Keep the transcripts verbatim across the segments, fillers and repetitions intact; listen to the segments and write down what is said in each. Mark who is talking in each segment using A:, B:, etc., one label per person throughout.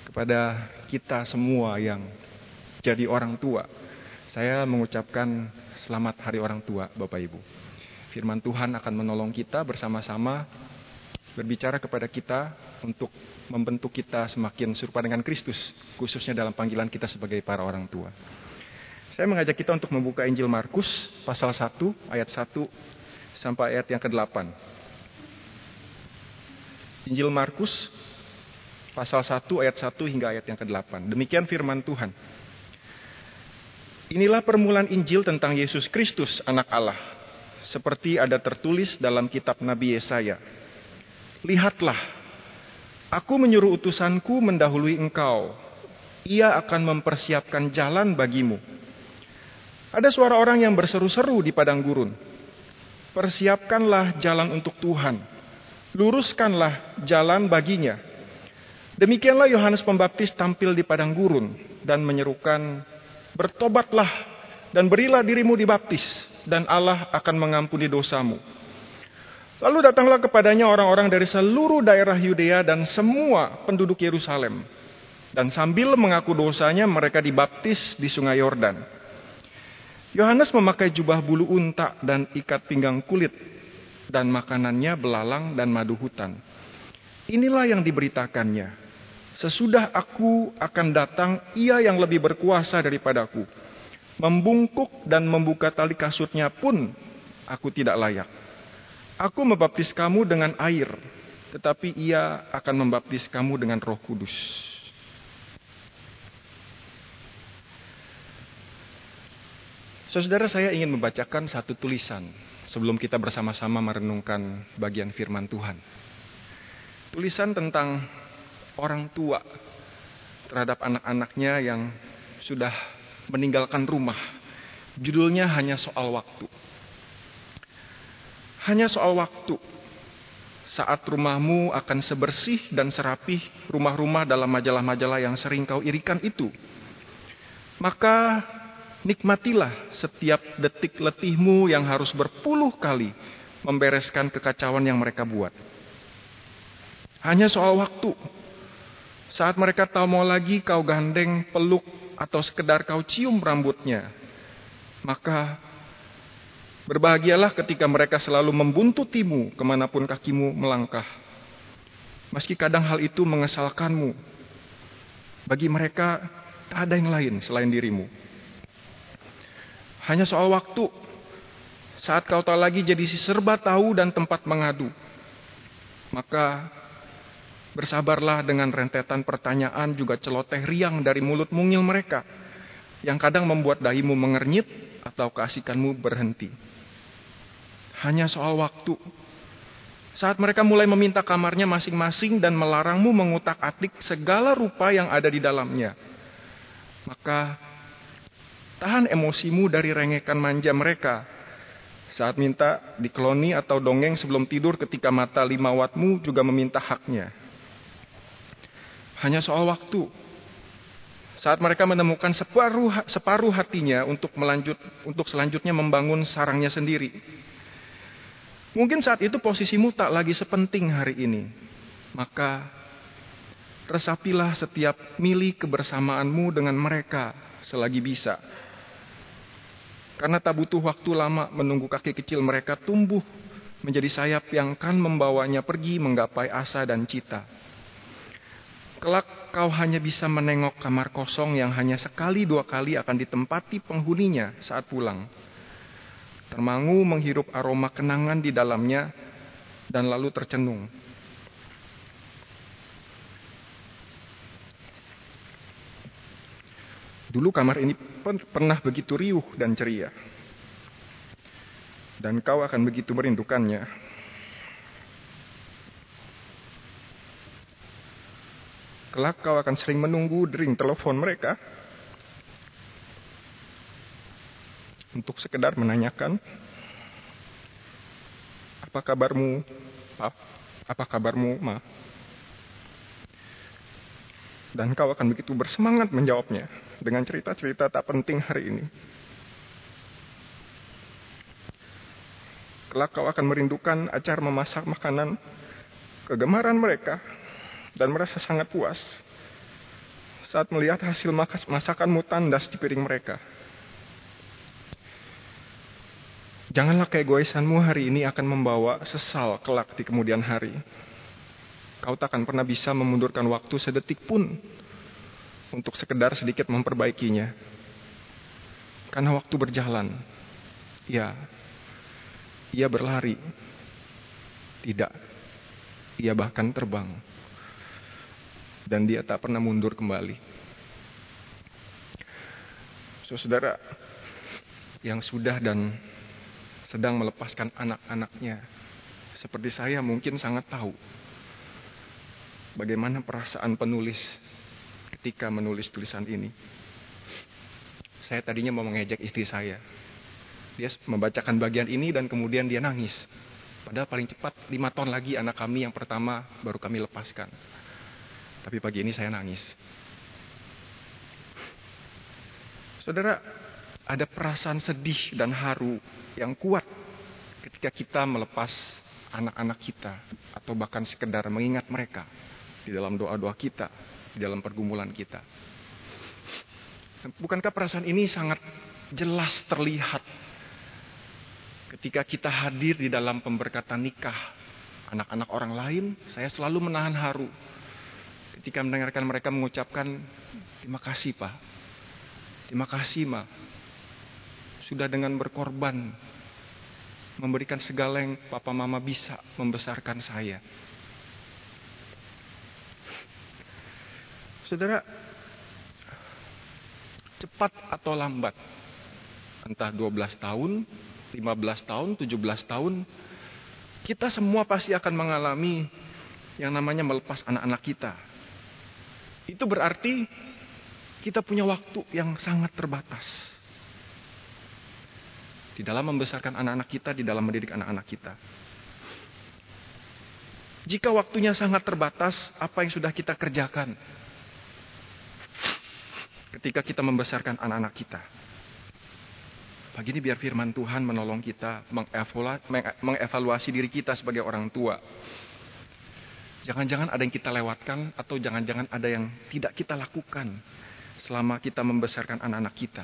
A: Kepada kita semua yang jadi orang tua, saya mengucapkan selamat Hari Orang Tua, Bapak Ibu. Firman Tuhan akan menolong kita bersama-sama berbicara kepada kita untuk membentuk kita semakin serupa dengan Kristus, khususnya dalam panggilan kita sebagai para orang tua. Saya mengajak kita untuk membuka Injil Markus pasal satu ayat satu sampai ayat yang kedelapan. Injil Markus pasal satu ayat satu hingga ayat yang kedelapan. Demikian firman Tuhan. Inilah permulaan Injil tentang Yesus Kristus, anak Allah, seperti ada tertulis dalam kitab Nabi Yesaya. Lihatlah, aku menyuruh utusanku mendahului engkau. Ia akan mempersiapkan jalan bagimu. Ada suara orang yang berseru-seru di padang gurun. Persiapkanlah jalan untuk Tuhan. Luruskanlah jalan baginya. Demikianlah Yohanes Pembaptis tampil di padang gurun dan menyerukan, bertobatlah dan berilah dirimu dibaptis, dan Allah akan mengampuni dosamu. Lalu datanglah kepadanya orang-orang dari seluruh daerah Yudea dan semua penduduk Yerusalem. Dan sambil mengaku dosanya mereka dibaptis di sungai Yordan. Yohanes memakai jubah bulu unta dan ikat pinggang kulit, dan makanannya belalang dan madu hutan. Inilah yang diberitakannya. Sesudah aku akan datang, ia yang lebih berkuasa daripadaku. Membungkuk dan membuka tali kasutnya pun aku tidak layak. Aku membaptis kamu dengan air, tetapi ia akan membaptis kamu dengan Roh Kudus. Saudara, saya ingin membacakan satu tulisan sebelum kita bersama-sama merenungkan bagian firman Tuhan. Tulisan tentang orang tua terhadap anak-anaknya yang sudah meninggalkan rumah. Judulnya hanya soal waktu. Hanya soal waktu. Saat rumahmu akan sebersih dan serapih rumah-rumah dalam majalah-majalah yang sering kau irikan itu. Maka nikmatilah setiap detik letihmu yang harus berpuluh kali membereskan kekacauan yang mereka buat. Hanya soal waktu. Saat mereka tak mau lagi kau gandeng, peluk, atau sekedar kau cium rambutnya, maka berbahagialah ketika mereka selalu membuntutimu kemanapun kakimu melangkah. Meski kadang hal itu mengesalkanmu, bagi mereka tak ada yang lain selain dirimu. Hanya soal waktu. Saat kau tak lagi jadi si serba tahu dan tempat mengadu, maka bersabarlah dengan rentetan pertanyaan juga celoteh riang dari mulut mungil mereka, yang kadang membuat dahimu mengernyit atau keasikanmu berhenti. Hanya soal waktu. Saat mereka mulai meminta kamarnya masing-masing dan melarangmu mengutak-atik segala rupa yang ada di dalamnya, maka tahan emosimu dari rengekan manja mereka. Saat minta dikeloni atau dongeng sebelum tidur ketika mata lima wattmu juga meminta haknya. Hanya soal waktu. Saat mereka menemukan separuh, separuh hatinya untuk melanjut, untuk selanjutnya membangun sarangnya sendiri. Mungkin saat itu posisimu tak lagi sepenting hari ini. Maka resapilah setiap mili kebersamaanmu dengan mereka selagi bisa. Karena tak butuh waktu lama menunggu kaki kecil mereka tumbuh menjadi sayap yang akan membawanya pergi menggapai asa dan cita. Kelak kau hanya bisa menengok kamar kosong yang hanya sekali dua kali akan ditempati penghuninya saat pulang. Termangu menghirup aroma kenangan di dalamnya dan lalu tercenung. Dulu kamar ini pernah begitu riuh dan ceria. Dan kau akan begitu merindukannya. Kelak kau akan sering menunggu dering telepon mereka untuk sekedar menanyakan, apa kabarmu, Pak? Apa kabarmu, Ma? Dan kau akan begitu bersemangat menjawabnya dengan cerita-cerita tak penting hari ini. Kelak kau akan merindukan acar memasak makanan kegemaran mereka dan merasa sangat puas saat melihat hasil masakanmu tandas di piring mereka. Janganlah keegoisanmu hari ini akan membawa sesal kelak di kemudian hari. Kau takkan pernah bisa memundurkan waktu sedetik pun untuk sekedar sedikit memperbaikinya. Karena waktu berjalan, ya, ia berlari. Tidak, ia bahkan terbang. Dan dia tak pernah mundur kembali. So, saudara yang sudah dan sedang melepaskan anak-anaknya, seperti saya mungkin sangat tahu bagaimana perasaan penulis ketika menulis tulisan ini. Saya tadinya mau mengejek istri saya. Dia membacakan bagian ini dan kemudian dia nangis. Padahal paling cepat lima tahun lagi anak kami yang pertama baru kami lepaskan. Tapi pagi ini saya nangis. Saudara, ada perasaan sedih dan haru yang kuat ketika kita melepas anak-anak kita. Atau bahkan sekedar mengingat mereka di dalam doa-doa kita, di dalam pergumulan kita. Bukankah perasaan ini sangat jelas terlihat ketika kita hadir di dalam pemberkatan nikah anak-anak orang lain? Saya selalu menahan haru ketika mendengarkan mereka mengucapkan, terima kasih Pak, terima kasih Ma, sudah dengan berkorban memberikan segala yang Papa Mama bisa membesarkan saya. Saudara, cepat atau lambat, entah dua belas tahun, lima belas tahun, tujuh belas tahun, kita semua pasti akan mengalami yang namanya melepas anak-anak kita. Itu berarti kita punya waktu yang sangat terbatas di dalam membesarkan anak-anak kita, di dalam mendidik anak-anak kita. Jika waktunya sangat terbatas, apa yang sudah kita kerjakan ketika kita membesarkan anak-anak kita? Pagi ini biar firman Tuhan menolong kita mengevaluasi diri kita sebagai orang tua. Jangan-jangan ada yang kita lewatkan atau jangan-jangan ada yang tidak kita lakukan selama kita membesarkan anak-anak kita.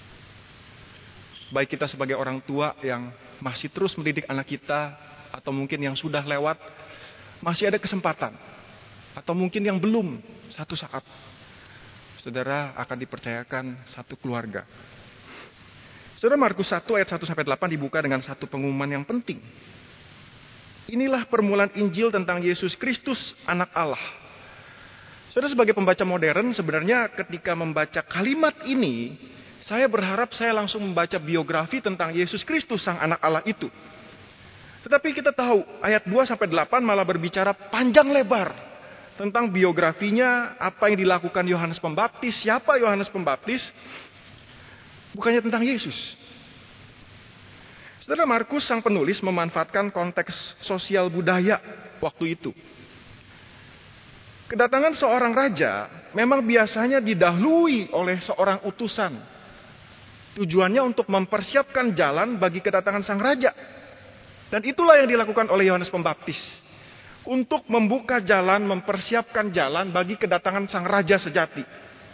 A: Baik kita sebagai orang tua yang masih terus mendidik anak kita atau mungkin yang sudah lewat, masih ada kesempatan. Atau mungkin yang belum, satu saat saudara akan dipercayakan satu keluarga. Saudara, Markus satu ayat satu sampai delapan dibuka dengan satu pengumuman yang penting. Inilah permulaan Injil tentang Yesus Kristus, anak Allah. Saudara, sebagai pembaca modern, sebenarnya ketika membaca kalimat ini, saya berharap saya langsung membaca biografi tentang Yesus Kristus, sang anak Allah itu. Tetapi kita tahu, ayat dua sampai delapan malah berbicara panjang lebar tentang biografinya, apa yang dilakukan Yohanes Pembaptis, siapa Yohanes Pembaptis, bukannya tentang Yesus. Saudara, Markus sang penulis memanfaatkan konteks sosial budaya waktu itu. Kedatangan seorang raja memang biasanya didahului oleh seorang utusan. Tujuannya untuk mempersiapkan jalan bagi kedatangan sang raja. Dan itulah yang dilakukan oleh Yohanes Pembaptis. Untuk membuka jalan, mempersiapkan jalan bagi kedatangan sang raja sejati.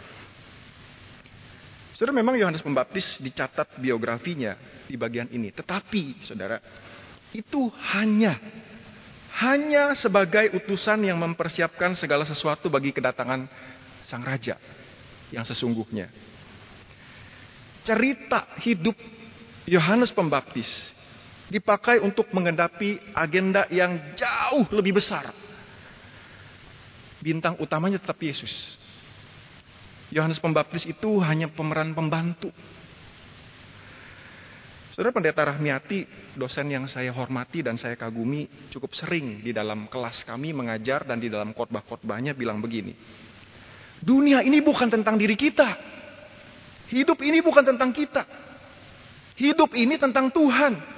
A: Saudara, memang Yohanes Pembaptis dicatat biografinya di bagian ini. Tetapi, saudara, itu hanya, hanya sebagai utusan yang mempersiapkan segala sesuatu bagi kedatangan sang raja yang sesungguhnya. Cerita hidup Yohanes Pembaptis dipakai untuk menggenapi agenda yang jauh lebih besar. Bintang utamanya tetap Yesus. Yohanes Pembaptis itu hanya pemeran pembantu. Saudara, Pendeta Rahmiati, dosen yang saya hormati dan saya kagumi, cukup sering di dalam kelas kami mengajar dan di dalam khotbah-khotbahnya bilang begini. Dunia ini bukan tentang diri kita. Hidup ini bukan tentang kita. Hidup ini tentang Tuhan.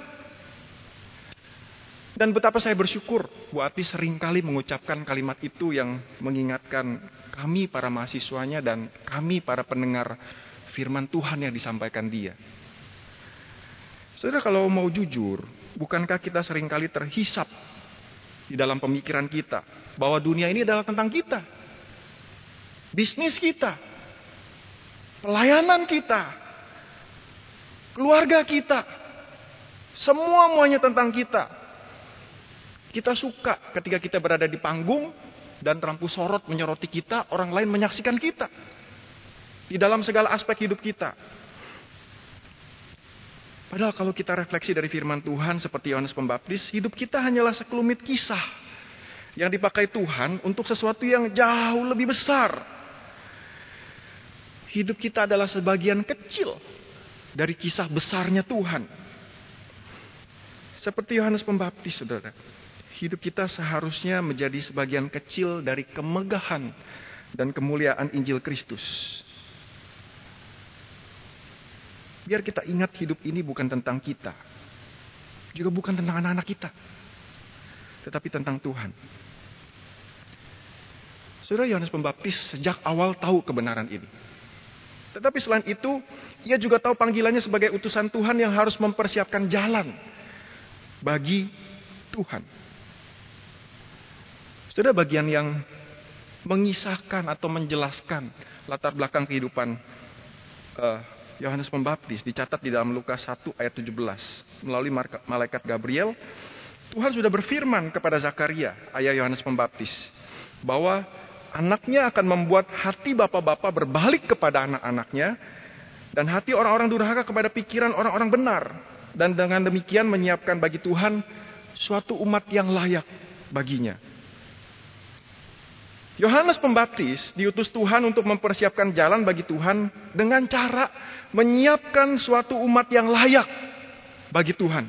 A: Dan betapa saya bersyukur Bu Ati seringkali mengucapkan kalimat itu yang mengingatkan kami para mahasiswanya dan kami para pendengar firman Tuhan yang disampaikan dia. Saudara, kalau mau jujur, bukankah kita seringkali terhisap di dalam pemikiran kita bahwa dunia ini adalah tentang kita? bisnis kita, pelayanan kita, keluarga kita, semua-muanya tentang kita. Kita suka ketika kita berada di panggung dan lampu sorot menyoroti kita, orang lain menyaksikan kita di dalam segala aspek hidup kita. Padahal kalau kita refleksi dari firman Tuhan seperti Yohanes Pembaptis, hidup kita hanyalah sekelumit kisah yang dipakai Tuhan untuk sesuatu yang jauh lebih besar. Hidup kita adalah sebagian kecil dari kisah besarnya Tuhan. Seperti Yohanes Pembaptis, saudara. Hidup kita seharusnya menjadi sebagian kecil dari kemegahan dan kemuliaan Injil Kristus. Biar kita ingat hidup ini bukan tentang kita. Juga bukan tentang anak-anak kita. Tetapi tentang Tuhan. Saudara, Yohanes Pembaptis sejak awal tahu kebenaran ini. Tetapi selain itu, ia juga tahu panggilannya sebagai utusan Tuhan yang harus mempersiapkan jalan bagi Tuhan. Saudara, bagian yang mengisahkan atau menjelaskan latar belakang kehidupan uh, Yohanes Pembaptis dicatat di dalam Lukas satu ayat tujuh belas. Melalui malaikat Gabriel, Tuhan sudah berfirman kepada Zakaria, ayah Yohanes Pembaptis, bahwa anaknya akan membuat hati bapak-bapak berbalik kepada anak-anaknya, dan hati orang-orang durhaka kepada pikiran orang-orang benar. Dan dengan demikian menyiapkan bagi Tuhan suatu umat yang layak baginya. Yohanes Pembaptis diutus Tuhan untuk mempersiapkan jalan bagi Tuhan dengan cara menyiapkan suatu umat yang layak bagi Tuhan.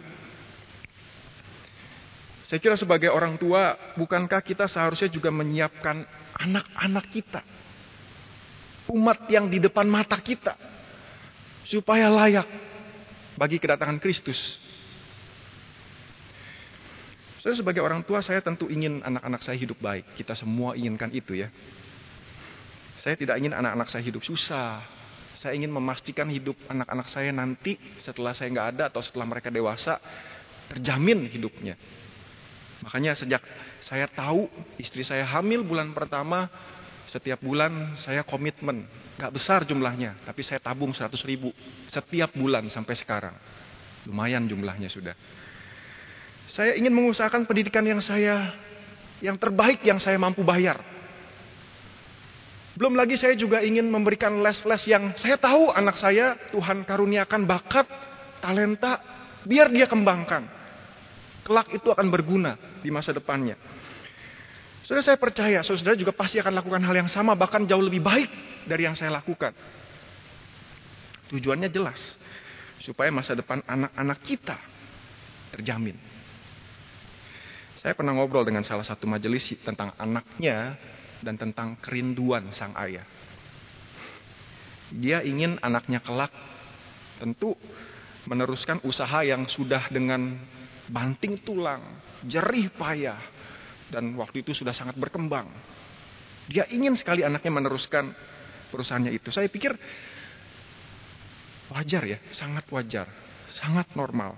A: Saya kira sebagai orang tua, bukankah kita seharusnya juga menyiapkan anak-anak kita, umat yang di depan mata kita, supaya layak bagi kedatangan Kristus. Saya sebagai orang tua, saya tentu ingin anak-anak saya hidup baik. Kita semua inginkan itu ya. Saya tidak ingin anak-anak saya hidup susah. Saya ingin memastikan hidup anak-anak saya nanti setelah saya nggak ada atau setelah mereka dewasa, terjamin hidupnya. Makanya sejak saya tahu istri saya hamil bulan pertama, setiap bulan saya komitmen. Nggak besar jumlahnya, tapi saya tabung seratus ribu setiap bulan sampai sekarang. Lumayan jumlahnya sudah. Saya ingin mengusahakan pendidikan yang saya, yang terbaik yang saya mampu bayar. Belum lagi saya juga ingin memberikan les-les yang saya tahu anak saya Tuhan karuniakan bakat, talenta, biar dia kembangkan. Kelak itu akan berguna di masa depannya. Saudara, saya percaya saudara juga pasti akan lakukan hal yang sama, bahkan jauh lebih baik dari yang saya lakukan. Tujuannya jelas, supaya masa depan anak-anak kita terjamin. Saya pernah ngobrol dengan salah satu majelis tentang anaknya dan tentang kerinduan sang ayah. Dia ingin anaknya kelak tentu meneruskan usaha yang sudah dengan banting tulang, jerih payah, dan waktu itu sudah sangat berkembang. Dia ingin sekali anaknya meneruskan perusahaannya itu. Saya pikir wajar ya, sangat wajar, sangat normal.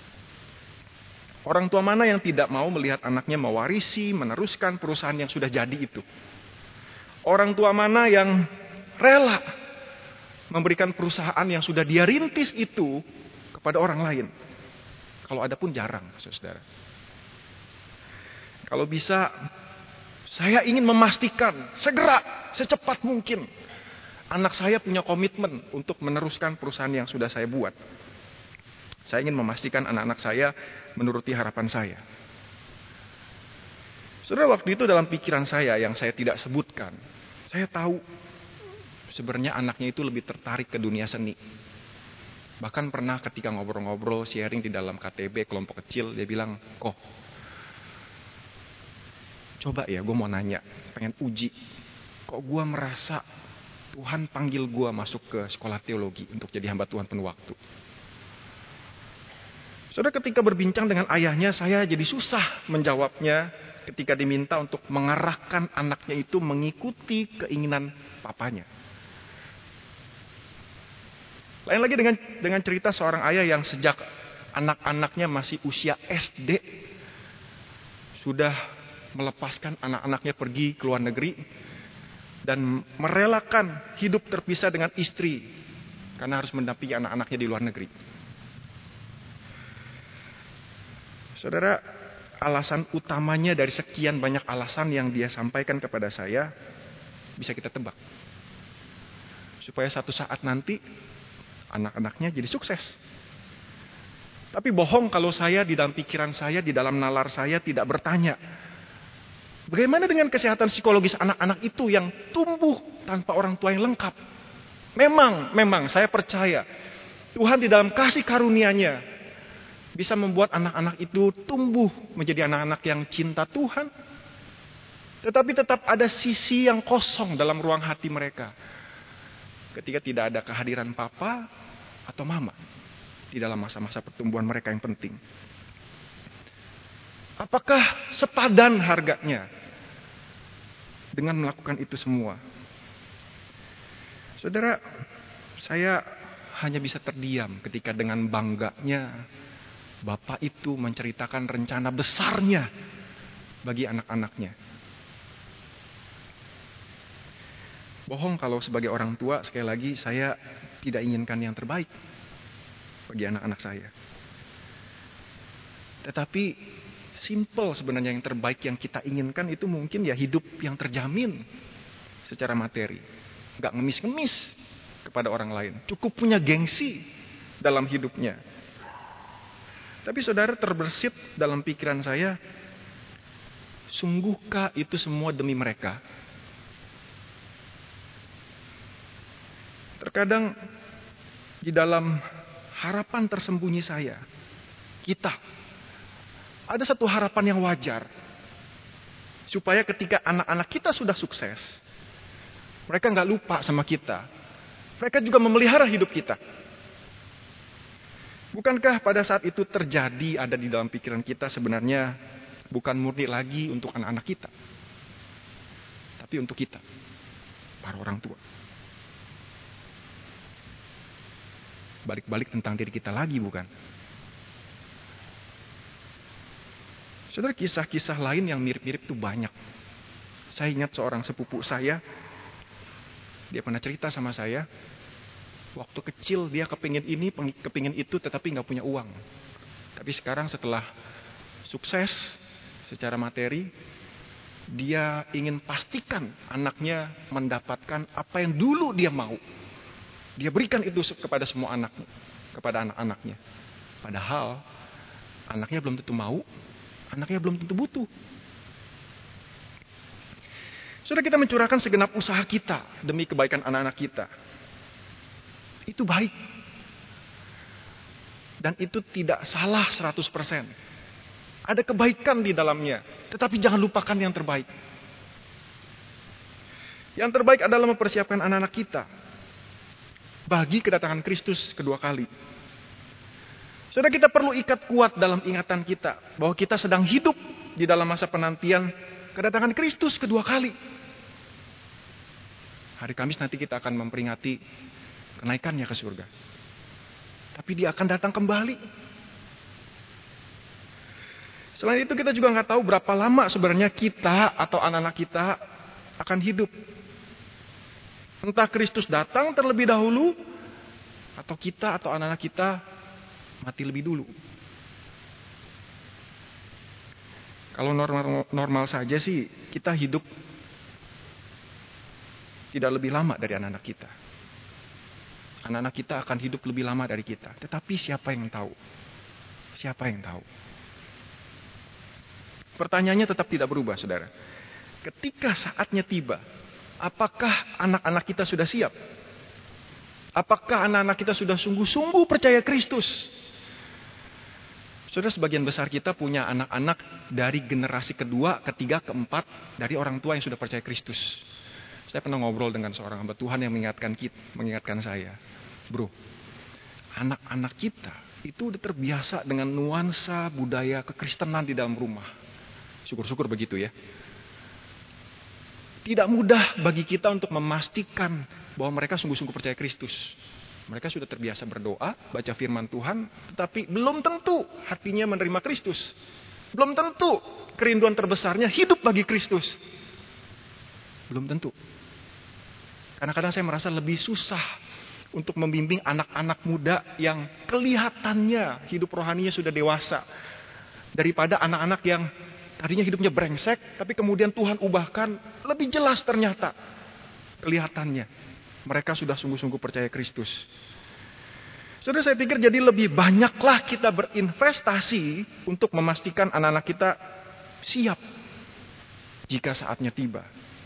A: Orang tua mana yang tidak mau melihat anaknya mewarisi, meneruskan perusahaan yang sudah jadi itu? Orang tua mana yang rela memberikan perusahaan yang sudah dia rintis itu kepada orang lain? Kalau ada pun jarang, saudara. Kalau bisa, saya ingin memastikan segera, secepat mungkin, anak saya punya komitmen untuk meneruskan perusahaan yang sudah saya buat. Saya ingin memastikan anak-anak saya menuruti harapan saya. Saudara, waktu itu dalam pikiran saya yang saya tidak sebutkan, saya tahu sebenarnya anaknya itu lebih tertarik ke dunia seni. Bahkan pernah ketika ngobrol-ngobrol, sharing di dalam K T B, kelompok kecil, dia bilang, "Kok, coba ya gue mau nanya, pengen uji. Kok gue merasa Tuhan panggil gue masuk ke sekolah teologi untuk jadi hamba Tuhan penuh waktu?" Saudara, ketika berbincang dengan ayahnya, saya jadi susah menjawabnya ketika diminta untuk mengarahkan anaknya itu mengikuti keinginan papanya. Lain lagi dengan dengan cerita seorang ayah yang sejak anak-anaknya masih usia S D sudah melepaskan anak-anaknya pergi ke luar negeri dan merelakan hidup terpisah dengan istri karena harus mendampingi anak-anaknya di luar negeri. Saudara, alasan utamanya dari sekian banyak alasan yang dia sampaikan kepada saya bisa kita tebak. Supaya satu saat nanti anak-anaknya jadi sukses. Tapi bohong kalau saya di dalam pikiran saya, di dalam nalar saya tidak bertanya, bagaimana dengan kesehatan psikologis anak-anak itu yang tumbuh tanpa orang tua yang lengkap? Memang, memang saya percaya Tuhan di dalam kasih karunia-Nya bisa membuat anak-anak itu tumbuh menjadi anak-anak yang cinta Tuhan. Tetapi tetap ada sisi yang kosong dalam ruang hati mereka ketika tidak ada kehadiran papa atau mama di dalam masa-masa pertumbuhan mereka yang penting. Apakah sepadan harganya dengan melakukan itu semua? Saudara, saya hanya bisa terdiam ketika dengan bangganya Bapak itu menceritakan rencana besarnya bagi anak-anaknya. Bohong kalau sebagai orang tua, sekali lagi saya tidak inginkan yang terbaik bagi anak-anak saya. Tetapi simple sebenarnya yang terbaik yang kita inginkan itu mungkin ya hidup yang terjamin secara materi. Gak ngemis-ngemis kepada orang lain. Cukup punya gengsi dalam hidupnya. Tapi saudara, terbersit dalam pikiran saya, sungguhkah itu semua demi mereka? Terkadang di dalam harapan tersembunyi saya, kita, ada satu harapan yang wajar. Supaya ketika anak-anak kita sudah sukses, mereka gak lupa sama kita. Mereka juga memelihara hidup kita. Bukankah pada saat itu terjadi ada di dalam pikiran kita sebenarnya bukan murni lagi untuk anak-anak kita, tapi untuk kita, para orang tua. Balik-balik tentang diri kita lagi, bukan? Saudara, kisah-kisah lain yang mirip-mirip itu banyak. Saya ingat seorang sepupu saya, dia pernah cerita sama saya, waktu kecil dia kepingin ini, kepingin itu, tetapi nggak punya uang. Tapi sekarang setelah sukses secara materi, dia ingin pastikan anaknya mendapatkan apa yang dulu dia mau. Dia berikan itu kepada semua anaknya, kepada anak-anaknya. Padahal anaknya belum tentu mau, anaknya belum tentu butuh. Sudah kita mencurahkan segenap usaha kita demi kebaikan anak-anak kita. Itu baik. Dan itu tidak salah seratus persen. Ada kebaikan di dalamnya. Tetapi jangan lupakan yang terbaik. Yang terbaik adalah mempersiapkan anak-anak kita bagi kedatangan Kristus kedua kali. Saudara, kita perlu ikat kuat dalam ingatan kita bahwa kita sedang hidup di dalam masa penantian kedatangan Kristus kedua kali. Hari Kamis nanti kita akan memperingati kenaikannya ke surga. Tapi dia akan datang kembali. Selain itu kita juga nggak tahu berapa lama sebenarnya kita atau anak-anak kita akan hidup. Entah Kristus datang terlebih dahulu, atau kita atau anak-anak kita mati lebih dulu. Kalau normal, normal saja sih kita hidup tidak lebih lama dari anak-anak kita. Anak-anak kita akan hidup lebih lama dari kita. Tetapi siapa yang tahu? Siapa yang tahu? Pertanyaannya tetap tidak berubah, saudara. Ketika saatnya tiba, apakah anak-anak kita sudah siap? Apakah anak-anak kita sudah sungguh-sungguh percaya Kristus? Saudara, sebagian besar kita punya anak-anak dari generasi kedua, ketiga, keempat dari orang tua yang sudah percaya Kristus. Saya pernah ngobrol dengan seorang hamba Tuhan yang mengingatkan kita, mengingatkan saya, bro, anak-anak kita itu udah terbiasa dengan nuansa budaya kekristenan di dalam rumah. Syukur-syukur begitu ya. Tidak mudah bagi kita untuk memastikan bahwa mereka sungguh-sungguh percaya Kristus. Mereka sudah terbiasa berdoa, baca firman Tuhan, tetapi belum tentu hatinya menerima Kristus. Belum tentu kerinduan terbesarnya hidup bagi Kristus. Belum tentu. Kadang-kadang saya merasa lebih susah untuk membimbing anak-anak muda yang kelihatannya hidup rohaninya sudah dewasa, daripada anak-anak yang tadinya hidupnya brengsek, tapi kemudian Tuhan ubahkan lebih jelas ternyata kelihatannya. Mereka sudah sungguh-sungguh percaya Kristus. Saudara, saya pikir jadi lebih banyaklah kita berinvestasi untuk memastikan anak-anak kita siap jika saatnya tiba.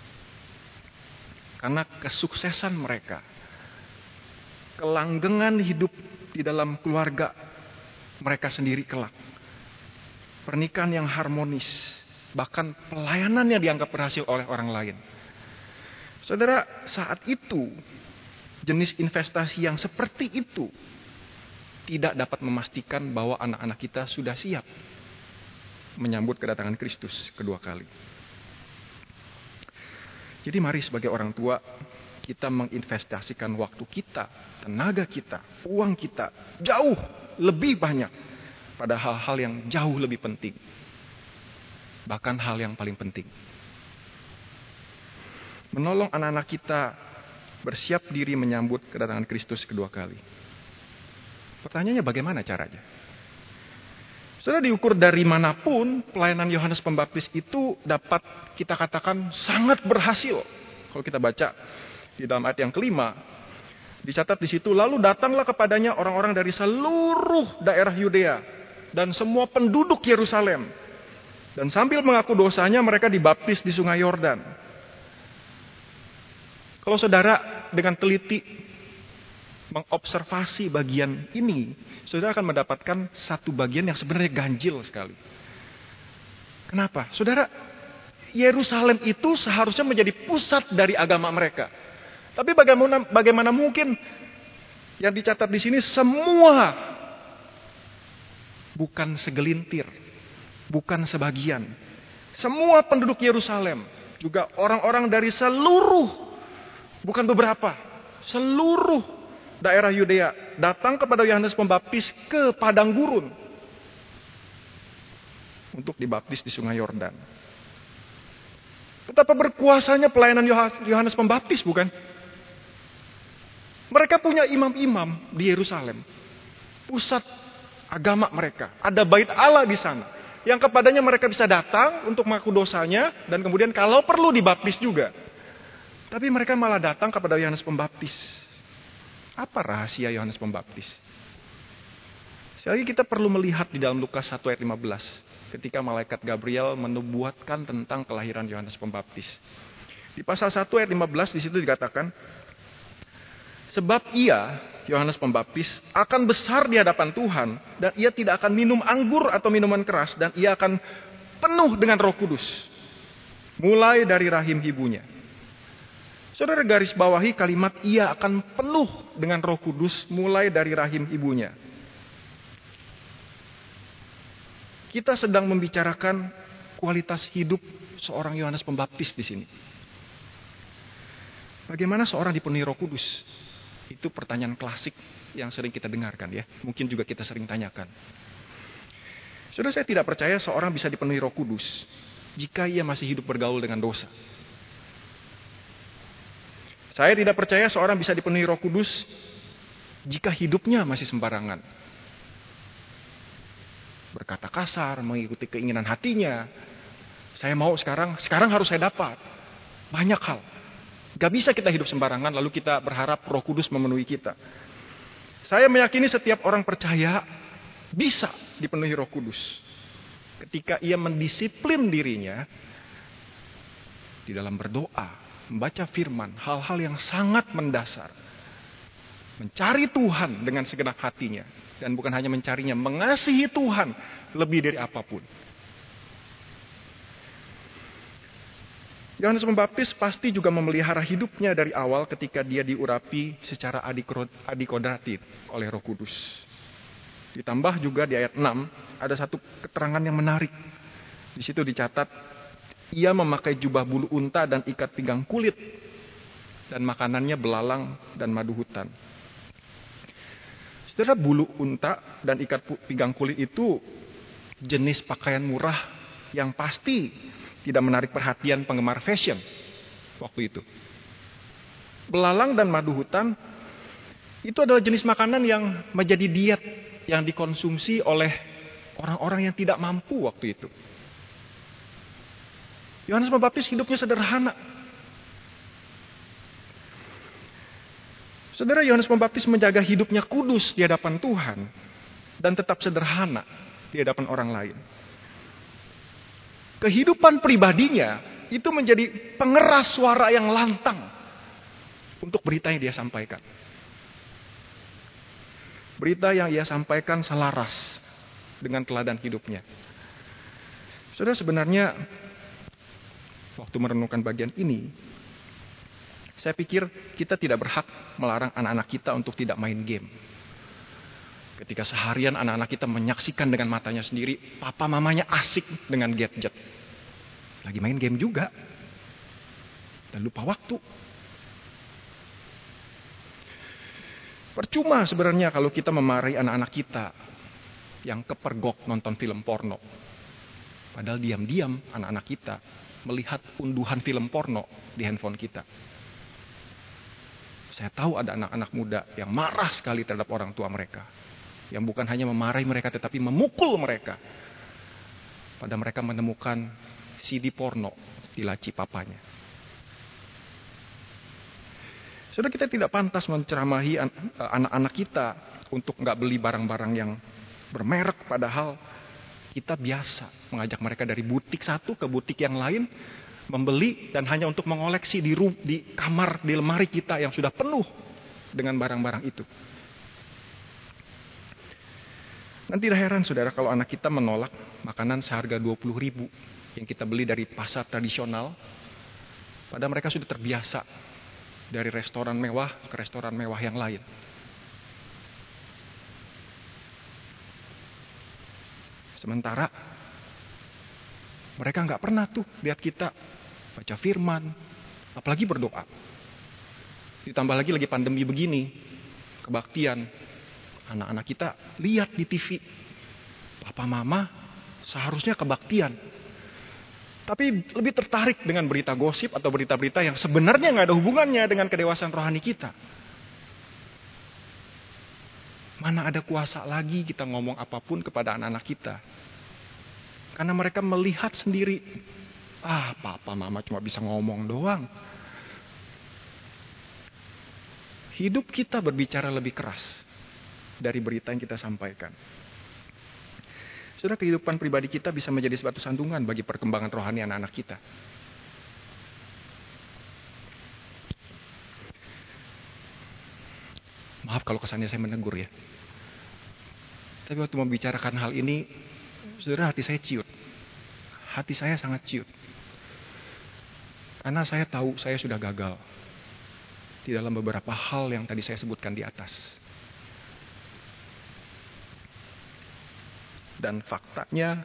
A: Karena kesuksesan mereka, kelanggengan hidup di dalam keluarga mereka sendiri kelak, pernikahan yang harmonis, bahkan pelayanan yang dianggap berhasil oleh orang lain. Saudara, saat itu jenis investasi yang seperti itu tidak dapat memastikan bahwa anak-anak kita sudah siap menyambut kedatangan Kristus kedua kali. Jadi mari sebagai orang tua kita menginvestasikan waktu kita, tenaga kita, uang kita jauh lebih banyak pada hal-hal yang jauh lebih penting. Bahkan hal yang paling penting. Menolong anak-anak kita bersiap diri menyambut kedatangan Kristus kedua kali. Pertanyaannya bagaimana caranya? Sudah diukur dari manapun, pelayanan Yohanes Pembaptis itu dapat kita katakan sangat berhasil. Kalau kita baca di dalam ayat yang kelima, dicatat di situ, lalu datanglah kepadanya orang-orang dari seluruh daerah Yudea dan semua penduduk Yerusalem. Dan sambil mengaku dosanya, mereka dibaptis di sungai Yordan. Kalau saudara dengan teliti mengobservasi bagian ini, saudara akan mendapatkan satu bagian yang sebenarnya ganjil sekali. Kenapa? Saudara, Yerusalem itu seharusnya menjadi pusat dari agama mereka. Tapi bagaimana, bagaimana mungkin yang dicatat di sini semua, bukan segelintir, bukan sebagian. Semua penduduk Yerusalem, juga orang-orang dari seluruh, bukan beberapa, seluruh daerah Yudea datang kepada Yohanes Pembaptis ke padang gurun untuk dibaptis di sungai Yordan. Betapa berkuasanya pelayanan Yohanes Pembaptis, bukan? Mereka punya imam-imam di Yerusalem, pusat agama mereka. Ada bait Allah di sana, yang kepadanya mereka bisa datang untuk mengaku dosanya, dan kemudian kalau perlu dibaptis juga. Tapi mereka malah datang kepada Yohanes Pembaptis. Apa rahasia Yohanes Pembaptis? Sekali lagi kita perlu melihat di dalam Lukas satu ayat lima belas. Ketika malaikat Gabriel menubuatkan tentang kelahiran Yohanes Pembaptis. Di pasal satu ayat lima belas di situ dikatakan, sebab ia, Yohanes Pembaptis, akan besar di hadapan Tuhan, dan ia tidak akan minum anggur atau minuman keras, dan ia akan penuh dengan Roh Kudus, mulai dari rahim ibunya. Saudara garis bawahi kalimat ia akan penuh dengan Roh Kudus mulai dari rahim ibunya. Kita sedang membicarakan kualitas hidup seorang Yohanes Pembaptis di sini. Bagaimana seorang dipenuhi Roh Kudus? Itu pertanyaan klasik yang sering kita dengarkan ya. Mungkin juga kita sering tanyakan. Saudara, saya tidak percaya seorang bisa dipenuhi Roh Kudus jika ia masih hidup bergaul dengan dosa. Saya tidak percaya seorang bisa dipenuhi Roh Kudus jika hidupnya masih sembarangan. Berkata kasar, mengikuti keinginan hatinya. Saya mau sekarang, sekarang harus saya dapat. Banyak hal. Gak bisa kita hidup sembarangan lalu kita berharap Roh Kudus memenuhi kita. Saya meyakini setiap orang percaya bisa dipenuhi Roh Kudus ketika ia mendisiplin dirinya di dalam berdoa, membaca firman, hal-hal yang sangat mendasar. Mencari Tuhan dengan segenap hatinya. Dan bukan hanya mencarinya, mengasihi Tuhan lebih dari apapun. Yohanes Pembaptis pasti juga memelihara hidupnya dari awal ketika dia diurapi secara adikodrati oleh Roh Kudus. Ditambah juga di ayat enam, ada satu keterangan yang menarik. Di situ dicatat, ia memakai jubah bulu unta dan ikat pinggang kulit. Dan makanannya belalang dan madu hutan. Saudara, bulu unta dan ikat pinggang kulit itu jenis pakaian murah yang pasti tidak menarik perhatian penggemar fashion waktu itu. belalang dan madu hutan itu adalah jenis makanan yang menjadi diet yang dikonsumsi oleh orang-orang yang tidak mampu waktu itu. Yohanes Pembaptis hidupnya sederhana. Saudara, Yohanes Pembaptis menjaga hidupnya kudus di hadapan Tuhan dan tetap sederhana di hadapan orang lain. Kehidupan pribadinya itu menjadi pengeras suara yang lantang untuk berita yang dia sampaikan. Berita yang ia sampaikan selaras dengan teladan hidupnya. Saudara, sebenarnya waktu merenungkan bagian ini, saya pikir kita tidak berhak melarang anak-anak kita untuk tidak main game. Ketika seharian anak-anak kita menyaksikan dengan matanya sendiri, papa mamanya asik dengan gadget. Lagi main game juga. Dan lupa waktu. Percuma sebenarnya kalau kita memarahi anak-anak kita yang kepergok nonton film porno. Padahal diam-diam anak-anak kita melihat unduhan film porno di handphone kita. Saya tahu ada anak-anak muda yang marah sekali terhadap orang tua mereka. Yang bukan hanya memarahi mereka tetapi memukul mereka. Pada mereka menemukan C D porno di laci papanya. Saudara, kita tidak pantas menceramahi anak-anak kita untuk nggak beli barang-barang yang bermerek, padahal kita biasa mengajak mereka dari butik satu ke butik yang lain, membeli dan hanya untuk mengoleksi di, rum, di kamar, di lemari kita yang sudah penuh dengan barang-barang itu. Dan tidak heran saudara kalau anak kita menolak makanan seharga dua puluh ribu yang kita beli dari pasar tradisional, padahal mereka sudah terbiasa dari restoran mewah ke restoran mewah yang lain. Sementara mereka nggak pernah tuh lihat kita baca firman, apalagi berdoa. Ditambah lagi lagi pandemi begini, kebaktian. Anak-anak kita lihat di T V, papa mama seharusnya kebaktian. Tapi lebih tertarik dengan berita gosip atau berita-berita yang sebenarnya nggak ada hubungannya dengan kedewasaan rohani kita. Mana ada kuasa lagi kita ngomong apapun kepada anak-anak kita. Karena mereka melihat sendiri, ah papa mama cuma bisa ngomong doang. Hidup kita berbicara lebih keras dari berita yang kita sampaikan. Saudara, kehidupan pribadi kita bisa menjadi suatu sandungan bagi perkembangan rohani anak-anak kita. Maaf kalau kesannya saya menegur ya. Tapi waktu membicarakan hal ini, saudara, hati saya ciut. Hati saya sangat ciut. Karena saya tahu saya sudah gagal di dalam beberapa hal yang tadi saya sebutkan di atas. Dan faktanya,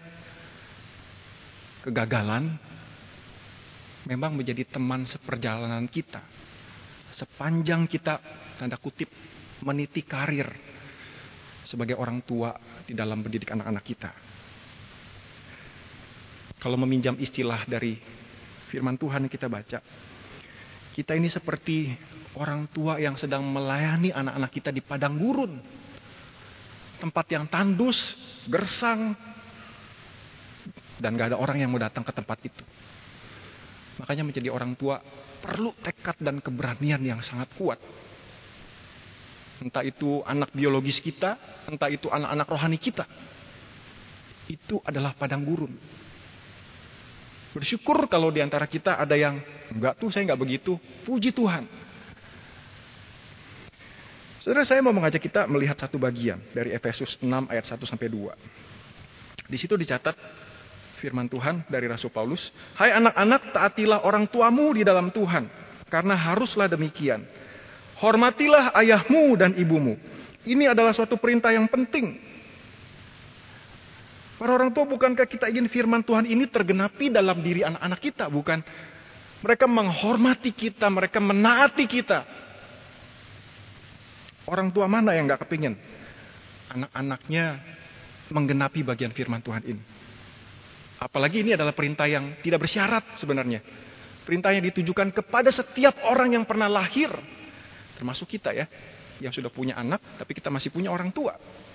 A: kegagalan memang menjadi teman seperjalanan kita. Sepanjang kita, tanda kutip, meniti karir sebagai orang tua di dalam mendidik anak-anak kita. Kalau meminjam istilah dari firman Tuhan yang kita baca, kita ini seperti orang tua yang sedang melayani anak-anak kita di padang gurun. Tempat yang tandus, gersang, dan gak ada orang yang mau datang ke tempat itu. Makanya menjadi orang tua perlu tekad dan keberanian yang sangat kuat. Entah itu anak biologis kita, entah itu anak-anak rohani kita. Itu adalah padang gurun. Bersyukur kalau di antara kita ada yang, enggak tuh saya enggak begitu, puji Tuhan. Saudara, saya mau mengajak kita melihat satu bagian dari Efesus enam ayat satu sampai dua. Di situ dicatat firman Tuhan dari Rasul Paulus, "Hai anak-anak, taatilah orang tuamu di dalam Tuhan, karena haruslah demikian. Hormatilah ayahmu dan ibumu. Ini adalah suatu perintah yang penting." Para orang tua, bukankah kita ingin firman Tuhan ini tergenapi dalam diri anak-anak kita? Bukan? Mereka menghormati kita, mereka menaati kita. Orang tua mana yang gak kepingin anak-anaknya menggenapi bagian firman Tuhan ini? Apalagi ini adalah perintah yang tidak bersyarat sebenarnya. Perintah yang ditujukan kepada setiap orang yang pernah lahir Termasuk kita ya, yang sudah punya anak, tapi kita masih punya orang tua.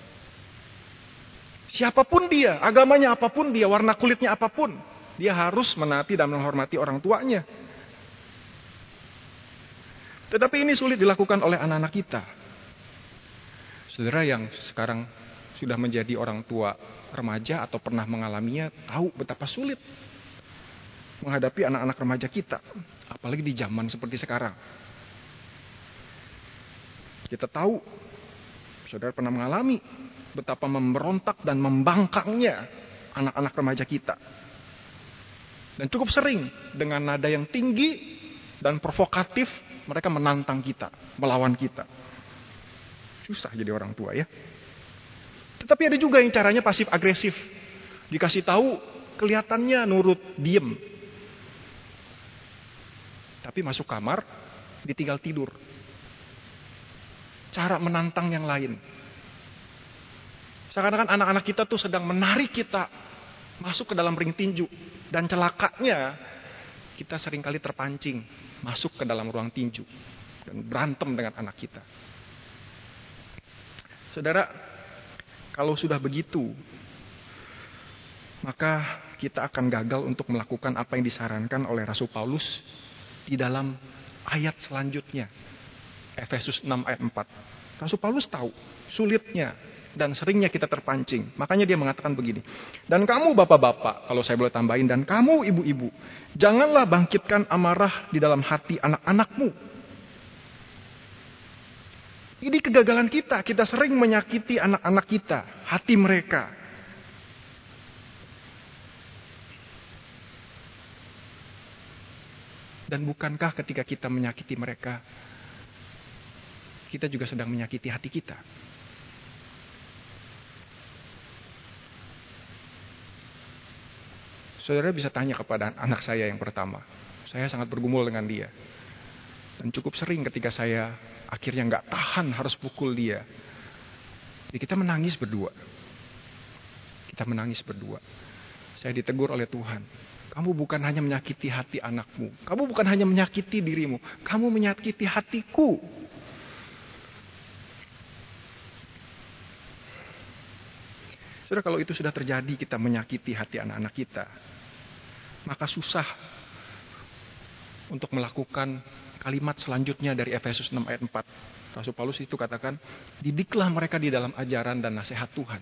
A: Siapapun dia, agamanya apapun dia, warna kulitnya apapun, dia harus menaati dan menghormati orang tuanya. Tetapi ini sulit dilakukan oleh anak-anak kita. Saudara yang sekarang sudah menjadi orang tua remaja atau pernah mengalaminya, tahu betapa sulit menghadapi anak-anak remaja kita. Apalagi di zaman seperti sekarang. Kita tahu, saudara pernah mengalami betapa memberontak dan membangkangnya anak-anak remaja kita. Dan cukup sering dengan nada yang tinggi dan provokatif, mereka menantang kita, melawan kita. Susah jadi orang tua ya. Tetapi ada juga yang caranya pasif agresif. Dikasih tahu, kelihatannya nurut, diem. Tapi masuk kamar, ditinggal tidur. Cara menantang yang lain. Seakan-akan anak-anak kita tuh sedang menarik kita masuk ke dalam ring tinju. Dan celakanya, kita seringkali terpancing masuk ke dalam ruang tinju. Dan berantem dengan anak kita. Saudara, kalau sudah begitu, maka kita akan gagal untuk melakukan apa yang disarankan oleh Rasul Paulus di dalam ayat selanjutnya. Efesus enam ayat empat. Rasul Paulus tahu sulitnya dan seringnya kita terpancing. Makanya dia mengatakan begini. Dan kamu bapak-bapak, kalau saya boleh tambahin, dan kamu ibu-ibu, janganlah bangkitkan amarah di dalam hati anak-anakmu. Ini kegagalan kita. Kita sering menyakiti anak-anak kita, hati mereka. Dan bukankah ketika kita menyakiti mereka, kita juga sedang menyakiti hati kita? Saudara bisa tanya kepada anak saya yang pertama. Saya sangat bergumul dengan dia. Dan cukup sering ketika saya akhirnya nggak tahan harus pukul dia. Jadi kita menangis berdua. Kita menangis berdua. Saya ditegur oleh Tuhan. Kamu bukan hanya menyakiti hati anakmu. Kamu bukan hanya menyakiti dirimu. Kamu menyakiti hatiku. Saudara, kalau itu sudah terjadi, kita menyakiti hati anak-anak kita, maka susah untuk melakukan kalimat selanjutnya dari Efesus enam ayat empat. Rasul Paulus itu katakan, didiklah mereka di dalam ajaran dan nasihat Tuhan.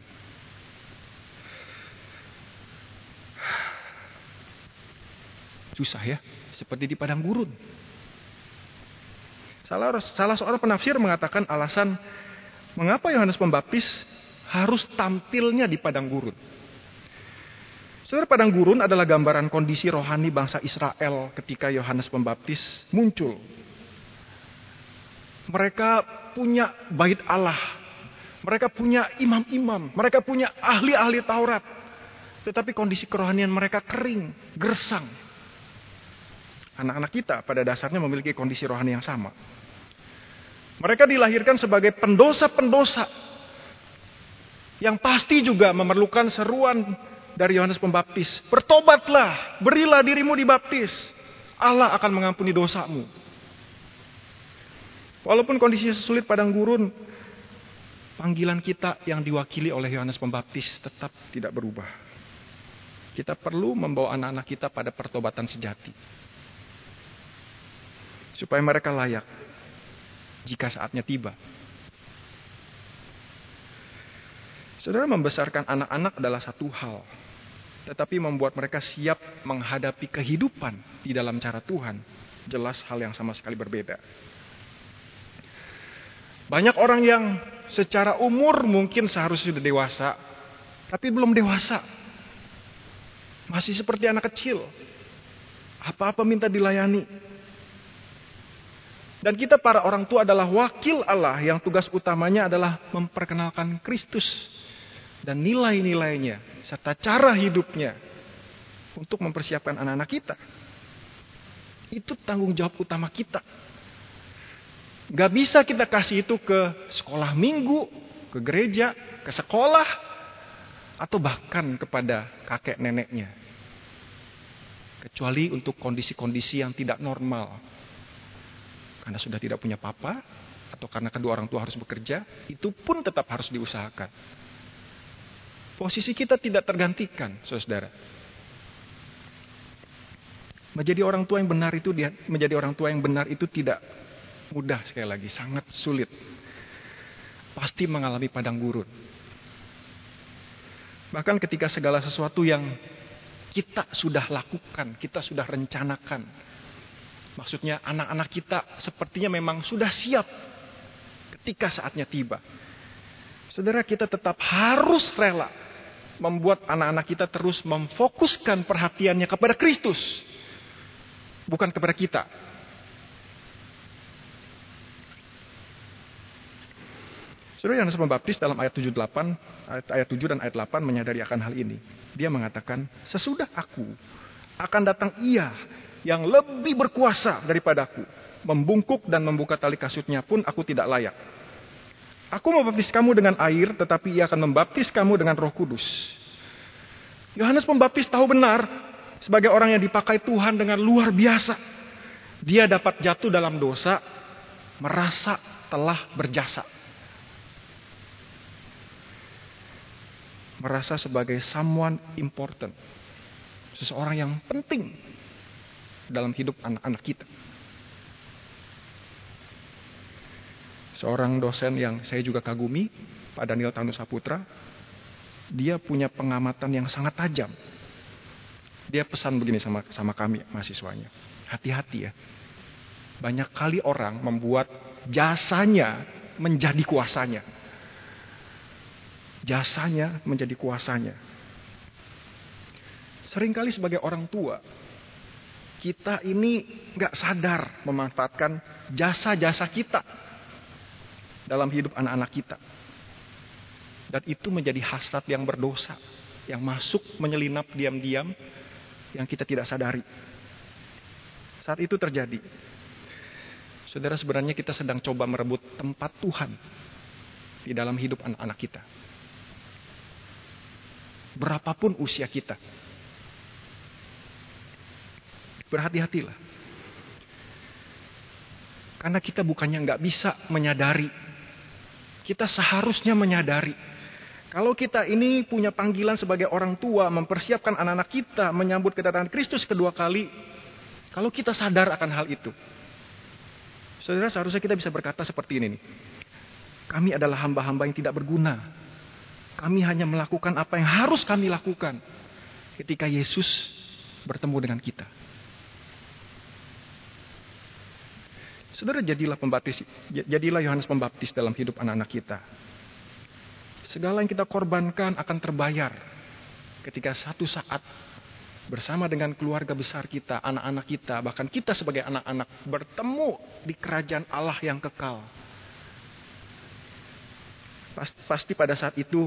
A: Susah ya, seperti di padang gurun. Salah, salah seorang penafsir mengatakan alasan mengapa Yohanes Pembaptis harus tampilnya di padang gurun. Saudara, padang gurun adalah gambaran kondisi rohani bangsa Israel ketika Yohanes Pembaptis muncul. Mereka punya bait Allah. Mereka punya imam-imam. Mereka punya ahli-ahli Taurat. Tetapi kondisi kerohanian mereka kering, gersang. Anak-anak kita pada dasarnya memiliki kondisi rohani yang sama. Mereka dilahirkan sebagai pendosa-pendosa yang pasti juga memerlukan seruan dari Yohanes Pembaptis. Bertobatlah, berilah dirimu dibaptis. Allah akan mengampuni dosamu. Walaupun kondisinya sesulit padang gurun, panggilan kita yang diwakili oleh Yohanes Pembaptis tetap tidak berubah. Kita perlu membawa anak-anak kita pada pertobatan sejati. Supaya mereka layak jika saatnya tiba. Saudara, membesarkan anak-anak adalah satu hal. Tetapi membuat mereka siap menghadapi kehidupan di dalam cara Tuhan, jelas hal yang sama sekali berbeda. Banyak orang yang secara umur mungkin seharusnya sudah dewasa, tapi belum dewasa. Masih seperti anak kecil. Apa-apa minta dilayani. Dan kita para orang tua adalah wakil Allah yang tugas utamanya adalah memperkenalkan Kristus dan nilai-nilainya serta cara hidupnya untuk mempersiapkan anak-anak kita. Itu tanggung jawab utama kita. Gak bisa kita kasih itu ke sekolah minggu, ke gereja, ke sekolah, atau bahkan kepada kakek neneknya. Kecuali untuk kondisi-kondisi yang tidak normal. karena sudah tidak punya papa, atau karena kedua orang tua harus bekerja, itu pun tetap harus diusahakan. Posisi kita tidak tergantikan, saudara. Menjadi orang tua yang benar itu dia menjadi orang tua yang benar itu tidak mudah, sekali lagi sangat sulit. Pasti mengalami padang gurun. Bahkan ketika segala sesuatu yang kita sudah lakukan, kita sudah rencanakan. Maksudnya anak-anak kita sepertinya memang sudah siap ketika saatnya tiba. Saudara, kita tetap harus rela membuat anak-anak kita terus memfokuskan perhatiannya kepada Kristus, bukan kepada kita. Saudara, Yohanes Pembaptis dalam ayat tujuh delapan, ayat, ayat tujuh dan ayat delapan menyadari akan hal ini. Dia mengatakan, sesudah aku akan datang Ia yang lebih berkuasa daripadaku. Membungkuk dan membuka tali kasutnya pun aku tidak layak. Aku membaptis kamu dengan air, tetapi Ia akan membaptis kamu dengan Roh Kudus. Yohanes Pembaptis tahu benar, sebagai orang yang dipakai Tuhan dengan luar biasa, dia dapat jatuh dalam dosa, merasa telah berjasa. Merasa sebagai someone important. Seseorang yang penting dalam hidup anak-anak kita. Seorang dosen yang saya juga kagumi, Pak Daniel Tanusaputra, dia punya pengamatan yang sangat tajam. Dia pesan begini sama sama kami mahasiswanya. Hati-hati ya. Banyak kali orang membuat jasanya menjadi kuasanya. Jasanya menjadi kuasanya. Seringkali sebagai orang tua, kita ini gak sadar memanfaatkan jasa-jasa kita dalam hidup anak-anak kita. Dan itu menjadi hasrat yang berdosa, yang masuk menyelinap diam-diam, yang kita tidak sadari. Saat itu terjadi, saudara, sebenarnya kita sedang coba merebut tempat Tuhan di dalam hidup anak-anak kita. Berapapun usia kita. Berhati-hatilah. Karena kita bukannya nggak bisa menyadari. Kita seharusnya menyadari. Kalau kita ini punya panggilan sebagai orang tua, mempersiapkan anak-anak kita menyambut kedatangan Kristus kedua kali. Kalau kita sadar akan hal itu. Saudara, seharusnya kita bisa berkata seperti ini nih. Kami adalah hamba-hamba yang tidak berguna. Kami hanya melakukan apa yang harus kami lakukan ketika Yesus bertemu dengan kita. Saudara, jadilah pembaptis, jadilah Yohanes Pembaptis dalam hidup anak-anak kita. Segala yang kita korbankan akan terbayar ketika satu saat bersama dengan keluarga besar kita, anak-anak kita, bahkan kita sebagai anak-anak bertemu di kerajaan Allah yang kekal. Pasti pada saat itu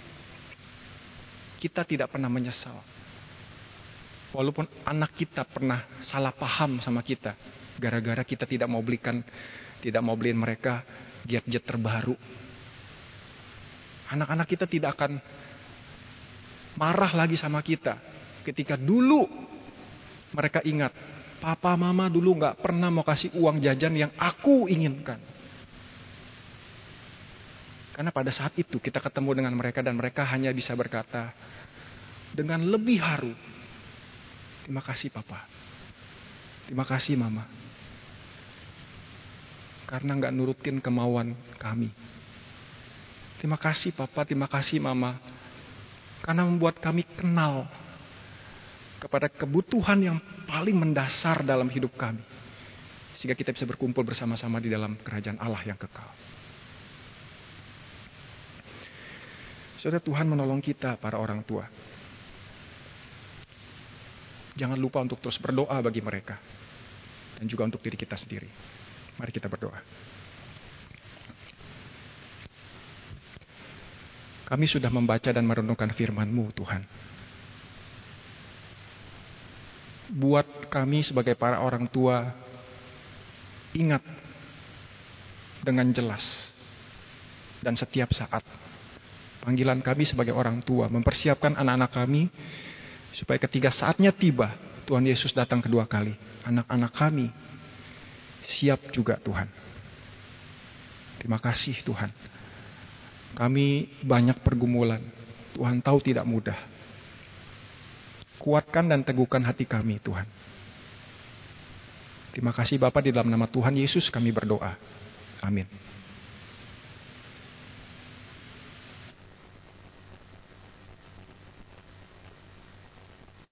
A: kita tidak pernah menyesal. Walaupun anak kita pernah salah paham sama kita, gara-gara kita tidak mau belikan, tidak mau beliin mereka gadget terbaru. Anak-anak kita tidak akan marah lagi sama kita ketika dulu mereka ingat, papa mama dulu nggak pernah mau kasih uang jajan yang aku inginkan. Karena pada saat itu kita ketemu dengan mereka dan mereka hanya bisa berkata dengan lebih haru, terima kasih papa, terima kasih mama, karena gak nurutin kemauan kami. Terima kasih papa, terima kasih mama, karena membuat kami kenal kepada kebutuhan yang paling mendasar dalam hidup kami, sehingga kita bisa berkumpul bersama-sama di dalam kerajaan Allah yang kekal. Saudara, Tuhan menolong kita, para orang tua. Jangan lupa untuk terus berdoa bagi mereka. Dan juga untuk diri kita sendiri. Mari kita berdoa. Kami sudah membaca dan merenungkan firman-Mu, Tuhan. Buat kami sebagai para orang tua, ingat dengan jelas dan setiap saat panggilan kami sebagai orang tua, mempersiapkan anak-anak kami supaya ketika saatnya tiba, Tuhan Yesus datang kedua kali. Anak-anak kami siap juga Tuhan. Terima kasih Tuhan. Kami banyak pergumulan. Tuhan tahu tidak mudah. Kuatkan dan teguhkan hati kami Tuhan. Terima kasih Bapa, di dalam nama Tuhan Yesus kami berdoa. Amin.